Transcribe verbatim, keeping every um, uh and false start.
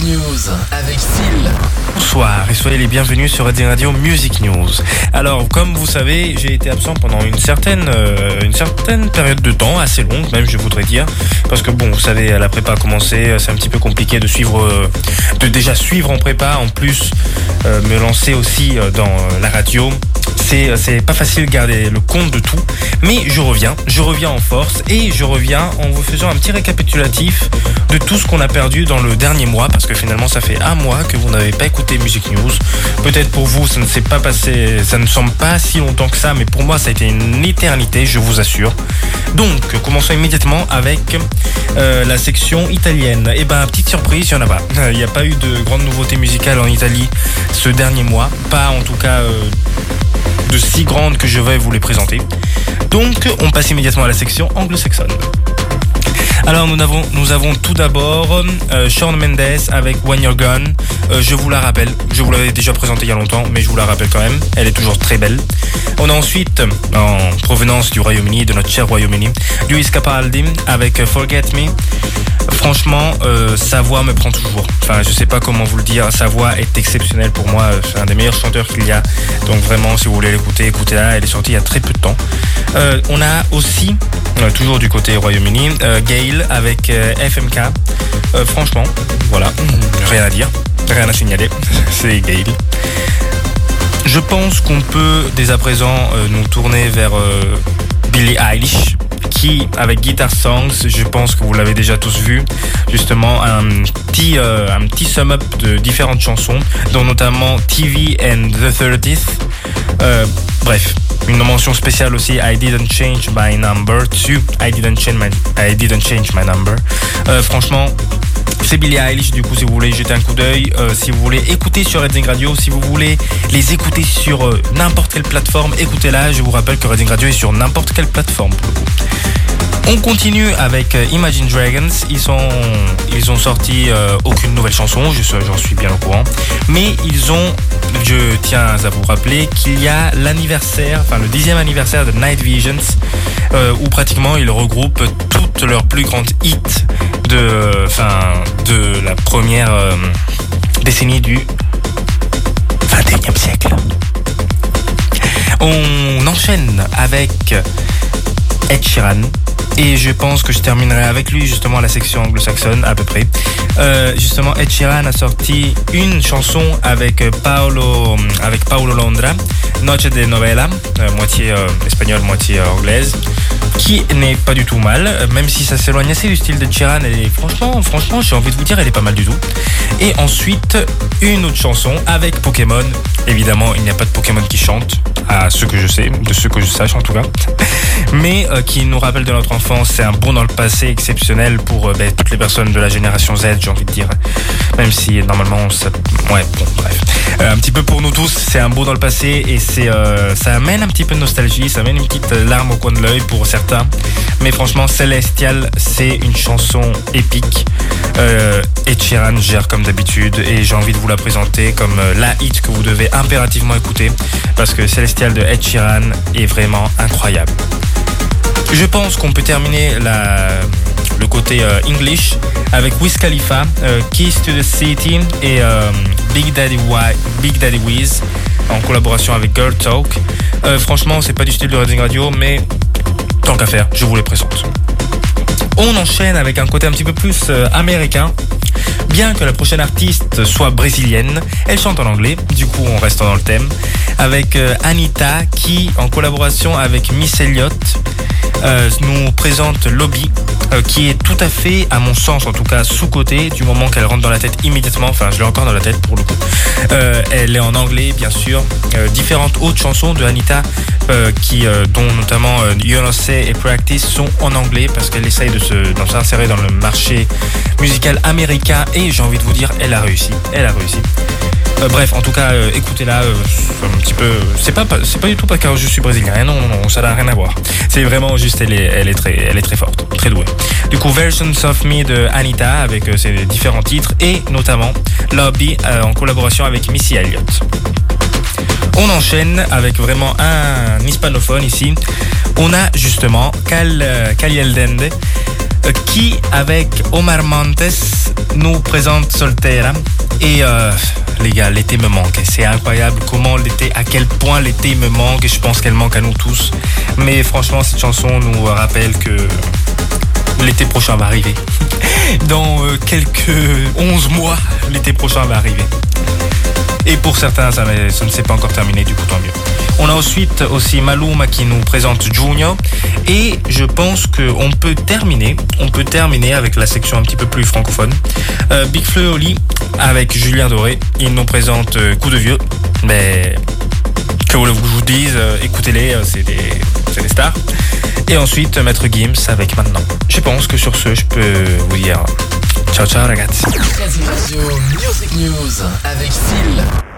News avec Phil. Bonsoir et soyez les bienvenus sur Reading Radio Music News. Alors, comme vous savez, j'ai été absent pendant une certaine, euh, une certaine période de temps, assez longue même, je voudrais dire. Parce que bon, vous savez, la prépa a commencé, c'est un petit peu compliqué de suivre, euh, de déjà suivre en prépa, en plus euh, me lancer aussi dans euh, la radio. C'est, c'est pas facile de garder le compte de tout, mais je reviens, je reviens en force et je reviens en vous faisant un petit récapitulatif de tout ce qu'on a perdu dans le dernier mois, parce que finalement ça fait un mois que vous n'avez pas écouté Music News. Peut-être pour vous ça ne s'est pas passé, ça ne semble pas si longtemps que ça, mais pour moi ça a été une éternité, je vous assure. Donc commençons immédiatement avec euh, la section italienne. Et ben petite surprise, il n'y en a pas. Il n'y a pas eu de grandes nouveautés musicales en Italie ce dernier mois, pas en tout cas euh, de si grandes que je vais vous les présenter. Donc on passe immédiatement à la section anglo-saxonne. Alors nous avons, nous avons tout d'abord euh, Shawn Mendes avec When You're Gone. Euh, je vous la rappelle, je vous l'avais déjà présentée il y a longtemps, mais je vous la rappelle quand même, elle est toujours très belle. On a ensuite, en provenance du Royaume-Uni, de notre cher Royaume-Uni, Lewis Capaldi avec Forget Me. Franchement, euh, sa voix me prend toujours. Enfin, je sais pas comment vous le dire, sa voix est exceptionnelle pour moi, c'est un des meilleurs chanteurs qu'il y a. Donc vraiment, si vous voulez l'écouter, écoutez-la, elle est sortie il y a très peu de temps. Euh, on a aussi, euh, toujours du côté Royaume-Uni, euh, Gayle avec euh, F M K. Euh, franchement, voilà, rien à dire, rien à signaler, c'est Gayle. Je pense qu'on peut dès à présent euh, nous tourner vers euh, Billie Eilish, qui, avec Guitar Songs, je pense que vous l'avez déjà tous vu, justement un petit, euh, un petit sum-up de différentes chansons, dont notamment T V and the thirtieth. Euh, bref, une mention spéciale aussi, I Didn't Change My Number, to I Didn't Change My, I didn't change my number. Euh, franchement, c'est Billie Eilish, du coup si vous voulez jeter un coup d'œil, euh, si vous voulez écouter sur Reading Radio, si vous voulez les écouter sur euh, n'importe quelle plateforme, écoutez-la. Je vous rappelle que Reading Radio est sur n'importe quelle plateforme pour le coup. On continue avec euh, Imagine Dragons. Ils sont, ils ont sorti euh, aucune nouvelle chanson, je, j'en suis bien au courant, mais ils ont, je tiens à vous rappeler qu'il y a l'anniversaire, enfin le dixième anniversaire de Night Visions, euh, où pratiquement ils regroupent toutes leurs plus grandes hits de, enfin, de la première euh, décennie du vingt et unième siècle. On enchaîne avec Ed Sheeran. Et je pense que je terminerai avec lui justement la section anglo-saxonne à peu près. Euh, justement, Ed Sheeran a sorti une chanson avec Paolo, avec Paolo Londra, Noche de Novela, euh, moitié euh, espagnole, moitié euh, anglaise, qui n'est pas du tout mal, même si ça s'éloigne assez du style de Sheeran. Elle est, franchement, franchement, j'ai envie de vous dire, elle est pas mal du tout. Et ensuite, une autre chanson avec Pokémon. Évidemment, il n'y a pas de Pokémon qui chante, à ce que je sais, de ce que je sache en tout cas, mais euh, qui nous rappelle de notre enfance. C'est un bond dans le passé exceptionnel pour euh, ben, toutes les personnes de la génération Z, j'ai envie de dire, même si normalement ça... ouais, bon, bref, euh, un petit peu pour nous tous, c'est un bond dans le passé et c'est, euh, ça amène un petit peu de nostalgie, ça amène une petite larme au coin de l'œil pour certains, mais franchement Celestial, c'est une chanson épique. euh, Ed Sheeran gère comme d'habitude et j'ai envie de vous la présenter comme euh, la hit que vous devez impérativement écouter, parce que Celestial de Ed Sheeran est vraiment incroyable. Je pense qu'on peut terminer la, le côté euh, English avec Wiz Khalifa, euh, Keys to the City et euh, Big Daddy Wi- Big Daddy Wiz en collaboration avec Girl Talk. Euh, franchement, c'est pas du style de Reading Radio, mais tant qu'à faire, je vous les présente. On enchaîne avec un côté un petit peu plus euh, américain. Bien que la prochaine artiste soit brésilienne, elle chante en anglais, du coup on reste dans le thème, avec euh, Anitta qui, en collaboration avec Miss Elliott, euh, nous présente Lobby, euh, qui est tout à fait, à mon sens en tout cas, sous-côté, du moment qu'elle rentre dans la tête immédiatement, enfin je l'ai encore dans la tête pour le coup. Euh, elle est en anglais bien sûr, euh, différentes autres chansons de Anitta, euh, qui, euh, dont notamment euh, You Know Say et Practice sont en anglais, parce qu'elle essaye de, se, de s'insérer dans le marché musical américain, et j'ai envie de vous dire, elle a réussi, elle a réussi. Euh, bref, en tout cas, euh, écoutez-la, euh, un petit peu. C'est pas, c'est pas du tout parce que je suis brésilien, non, non, non, ça n'a rien à voir. C'est vraiment juste, elle est, elle est très, elle est très forte, très douée. Du coup, Versions of Me de Anitta avec euh, ses différents titres et notamment Lobby euh, en collaboration avec Missy Elliott. On enchaîne avec vraiment un hispanophone ici. On a justement Cal, euh, Caliel Dende euh, qui, avec Omar Montes, nous présente Soltera. Et euh, les gars, l'été me manque. C'est incroyable comment l'été, à quel point l'été me manque. Et je pense qu'elle manque à nous tous. Mais franchement, cette chanson nous rappelle que l'été prochain va arriver. Dans euh, quelques onze mois, l'été prochain va arriver. Et pour certains, ça, ça ne s'est pas encore terminé, du coup tant mieux. On a ensuite aussi Maluma qui nous présente Junior. Et je pense qu'on peut terminer, on peut terminer avec la section un petit peu plus francophone. Euh, Big Flo et Oli avec Julien Doré. Il nous présente euh, Coup de vieux. Mais que vous vous dise, euh, écoutez-les, euh, c'est des, c'est des stars. Et ensuite, Maître Gims avec Maintenant. Je pense que sur ce, je peux vous dire ciao ciao ragazzi. Radio Music News avec Phil.